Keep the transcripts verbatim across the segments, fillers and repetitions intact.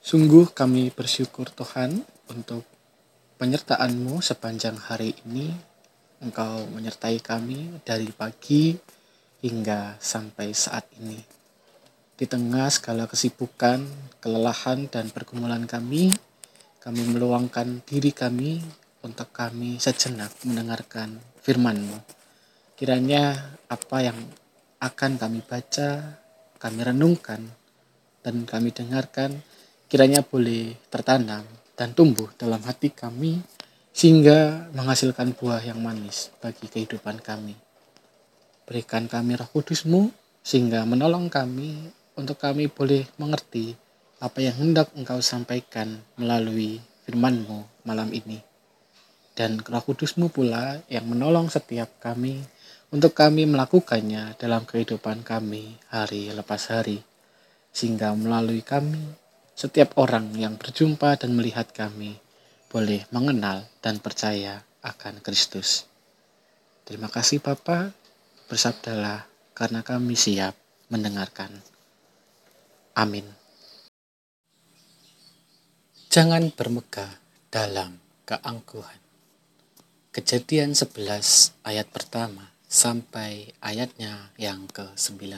Sungguh kami bersyukur Tuhan untuk penyertaan-Mu sepanjang hari ini. Engkau menyertai kami dari pagi hingga sampai saat ini. Di tengah segala kesibukan, kelelahan, dan pergumulan kami, kami meluangkan diri kami untuk kami sejenak mendengarkan firman-Mu. Kiranya apa yang akan kami baca, kami renungkan, dan kami dengarkan, kiranya boleh tertanam dan tumbuh dalam hati kami, sehingga menghasilkan buah yang manis bagi kehidupan kami. Berikan kami Roh Kudus-Mu, sehingga menolong kami untuk kami boleh mengerti apa yang hendak Engkau sampaikan melalui firman-Mu malam ini. Dan Roh Kudus-Mu pula yang menolong setiap kami untuk kami melakukannya dalam kehidupan kami hari lepas hari. Sehingga melalui kami, setiap orang yang berjumpa dan melihat kami boleh mengenal dan percaya akan Kristus. Terima kasih Bapa, bersabdalah karena kami siap mendengarkan. Amin. Jangan bermegah dalam keangkuhan. Kejadian sebelas ayat pertama sampai ayatnya yang kesembilan.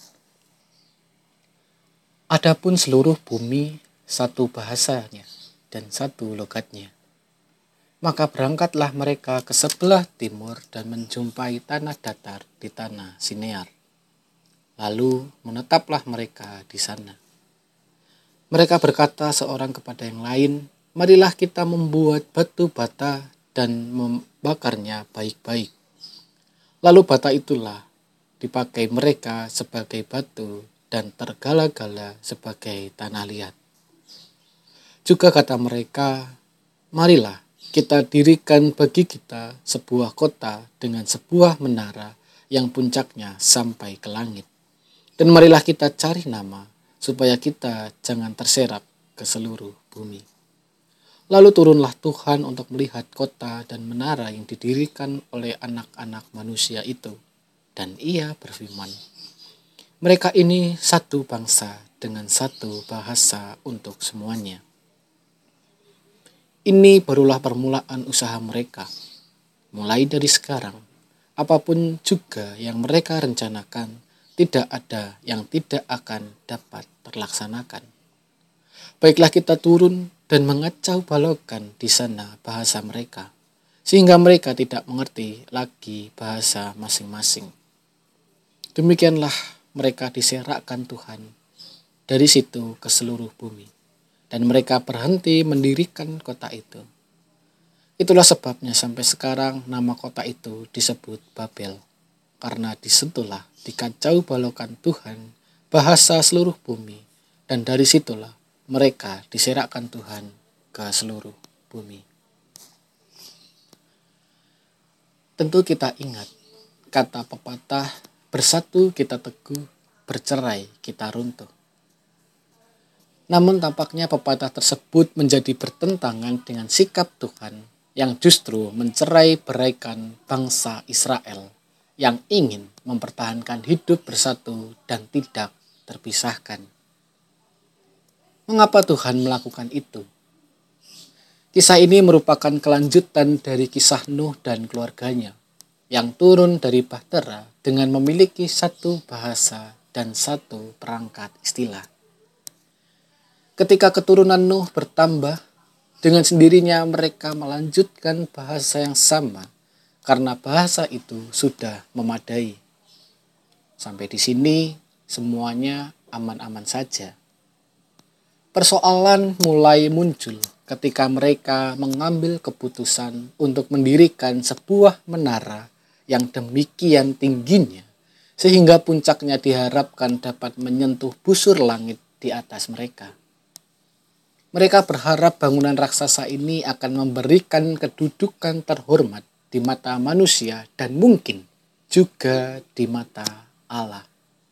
Adapun seluruh bumi satu bahasanya dan satu logatnya. Maka berangkatlah mereka ke sebelah timur dan menjumpai tanah datar di tanah Sinear. Lalu menetaplah mereka di sana. Mereka berkata seorang kepada yang lain, marilah kita membuat batu bata dan membakarnya baik-baik. Lalu bata itulah dipakai mereka sebagai batu dan tergala-gala sebagai tanah liat. Juga kata mereka, marilah kita dirikan bagi kita sebuah kota dengan sebuah menara yang puncaknya sampai ke langit. Dan marilah kita cari nama supaya kita jangan terserak ke seluruh bumi. Lalu turunlah Tuhan untuk melihat kota dan menara yang didirikan oleh anak-anak manusia itu. Dan ia berfirman, mereka ini satu bangsa dengan satu bahasa untuk semuanya. Ini barulah permulaan usaha mereka. Mulai dari sekarang, apapun juga yang mereka rencanakan, tidak ada yang tidak akan dapat terlaksanakan. Baiklah kita turun dan mengacau balaukan di sana bahasa mereka, sehingga mereka tidak mengerti lagi bahasa masing-masing. Demikianlah mereka diserakkan Tuhan dari situ ke seluruh bumi, dan mereka berhenti mendirikan kota itu. Itulah sebabnya sampai sekarang nama kota itu disebut Babel, karena disitulah dikacau balaukan Tuhan bahasa seluruh bumi, dan dari situlah mereka diserakkan Tuhan ke seluruh bumi. Tentu kita ingat kata pepatah, bersatu kita teguh, bercerai kita runtuh. Namun tampaknya pepatah tersebut menjadi bertentangan dengan sikap Tuhan yang justru mencerai beraikan bangsa Israel yang ingin mempertahankan hidup bersatu dan tidak terpisahkan. Mengapa Tuhan melakukan itu? Kisah ini merupakan kelanjutan dari kisah Nuh dan keluarganya yang turun dari bahtera dengan memiliki satu bahasa dan satu perangkat istilah. Ketika keturunan Nuh bertambah, dengan sendirinya mereka melanjutkan bahasa yang sama karena bahasa itu sudah memadai. Sampai di sini semuanya aman-aman saja. Persoalan mulai muncul ketika mereka mengambil keputusan untuk mendirikan sebuah menara yang demikian tingginya, sehingga puncaknya diharapkan dapat menyentuh busur langit di atas mereka. Mereka berharap bangunan raksasa ini akan memberikan kedudukan terhormat di mata manusia dan mungkin juga di mata Allah.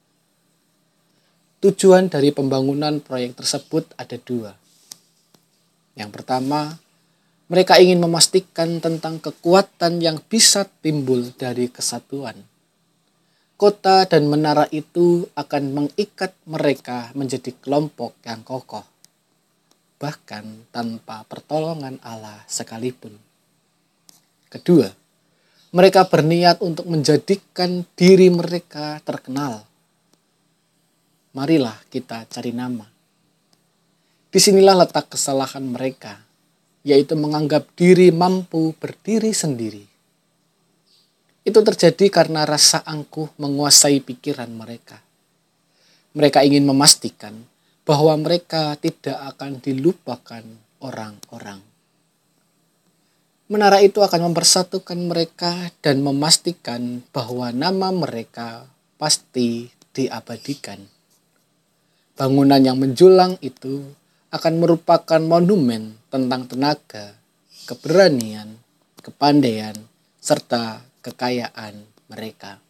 Tujuan dari pembangunan proyek tersebut ada dua. Yang pertama, mereka ingin memastikan tentang kekuatan yang bisa timbul dari kesatuan. Kota dan menara itu akan mengikat mereka menjadi kelompok yang kokoh. bahkan tanpa pertolongan Allah sekalipun. Kedua, mereka berniat untuk menjadikan diri mereka terkenal. Marilah kita cari nama. Disinilah letak kesalahan mereka, yaitu menganggap diri mampu berdiri sendiri. Itu terjadi karena rasa angkuh menguasai pikiran mereka. Mereka ingin memastikan bahwa mereka tidak akan dilupakan orang-orang. Menara itu akan mempersatukan mereka dan memastikan bahwa nama mereka pasti diabadikan. Bangunan yang menjulang itu akan merupakan monumen tentang tenaga, keberanian, kepandaian, serta kekayaan mereka.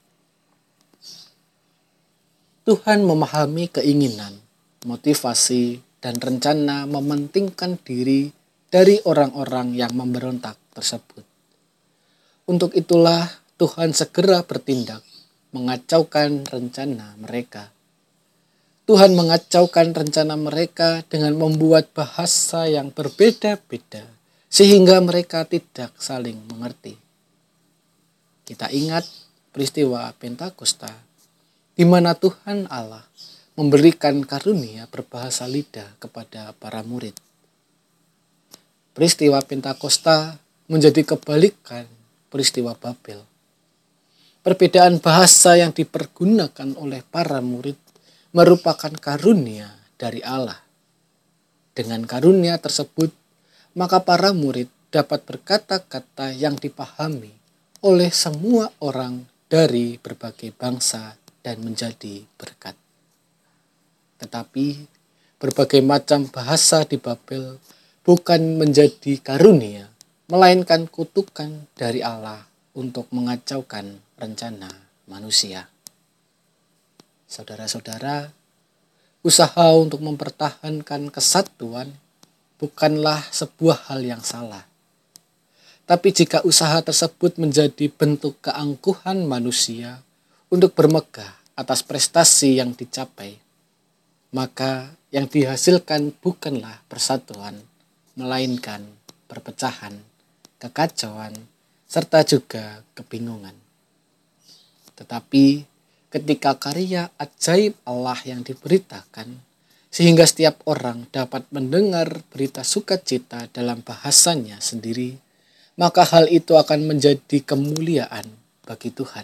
Tuhan memahami keinginan, motivasi, dan rencana mementingkan diri dari orang-orang yang memberontak tersebut. Untuk itulah Tuhan segera bertindak, mengacaukan rencana mereka. Tuhan mengacaukan rencana mereka dengan membuat bahasa yang berbeda-beda, sehingga mereka tidak saling mengerti. Kita ingat peristiwa Pentakosta, di mana Tuhan Allah memberikan karunia berbahasa lidah kepada para murid. Peristiwa Pentakosta menjadi kebalikan peristiwa Babel. Perbedaan bahasa yang dipergunakan oleh para murid merupakan karunia dari Allah. Dengan karunia tersebut, maka para murid dapat berkata-kata yang dipahami oleh semua orang dari berbagai bangsa dan menjadi berkat. Tetapi berbagai macam bahasa di Babel bukan menjadi karunia, melainkan kutukan dari Allah untuk mengacaukan rencana manusia. Saudara-saudara, usaha untuk mempertahankan kesatuan bukanlah sebuah hal yang salah. Tapi jika usaha tersebut menjadi bentuk keangkuhan manusia untuk bermegah atas prestasi yang dicapai, maka yang dihasilkan bukanlah persatuan, melainkan perpecahan, kekacauan, serta juga kebingungan. Tetapi ketika karya ajaib Allah yang diberitakan, sehingga setiap orang dapat mendengar berita sukacita dalam bahasanya sendiri, maka hal itu akan menjadi kemuliaan bagi Tuhan.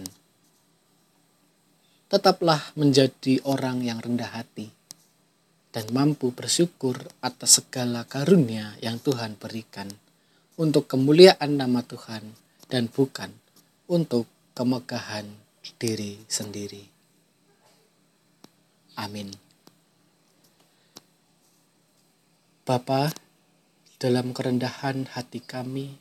Tetaplah menjadi orang yang rendah hati dan mampu bersyukur atas segala karunia yang Tuhan berikan untuk kemuliaan nama Tuhan dan bukan untuk kemegahan diri sendiri. Amin. Bapa, dalam kerendahan hati kami,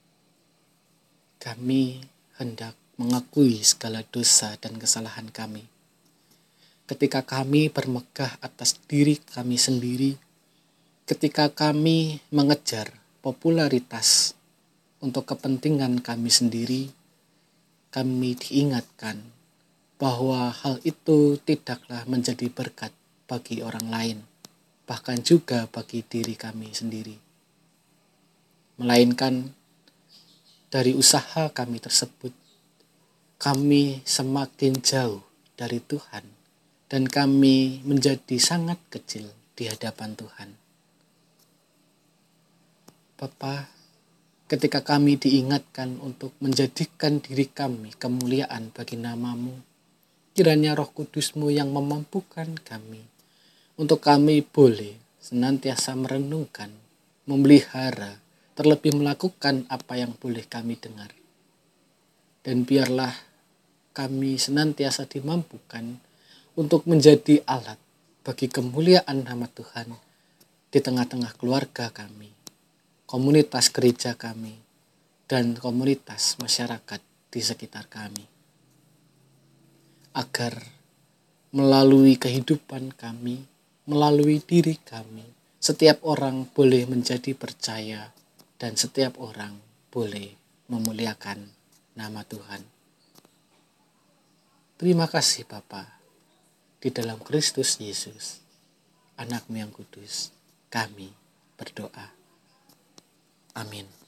kami hendak mengakui segala dosa dan kesalahan kami. Ketika kami bermegah atas diri kami sendiri, ketika kami mengejar popularitas untuk kepentingan kami sendiri, kami diingatkan bahwa hal itu tidaklah menjadi berkat bagi orang lain, bahkan juga bagi diri kami sendiri. Melainkan dari usaha kami tersebut, kami semakin jauh dari Tuhan dan kami menjadi sangat kecil di hadapan Tuhan. Bapa, ketika kami diingatkan untuk menjadikan diri kami kemuliaan bagi nama-Mu, kiranya Roh Kudus-Mu yang memampukan kami untuk kami boleh senantiasa merenungkan, memelihara, terlebih melakukan apa yang boleh kami dengar. Dan biarlah kami senantiasa dimampukan untuk menjadi alat bagi kemuliaan nama Tuhan di tengah-tengah keluarga kami, komunitas gereja kami, dan komunitas masyarakat di sekitar kami. Agar melalui kehidupan kami, melalui diri kami, setiap orang boleh menjadi percaya dan setiap orang boleh memuliakan nama Tuhan. Terima kasih Bapa, di dalam Kristus Yesus, Anak-Mu yang kudus, kami berdoa. Amin.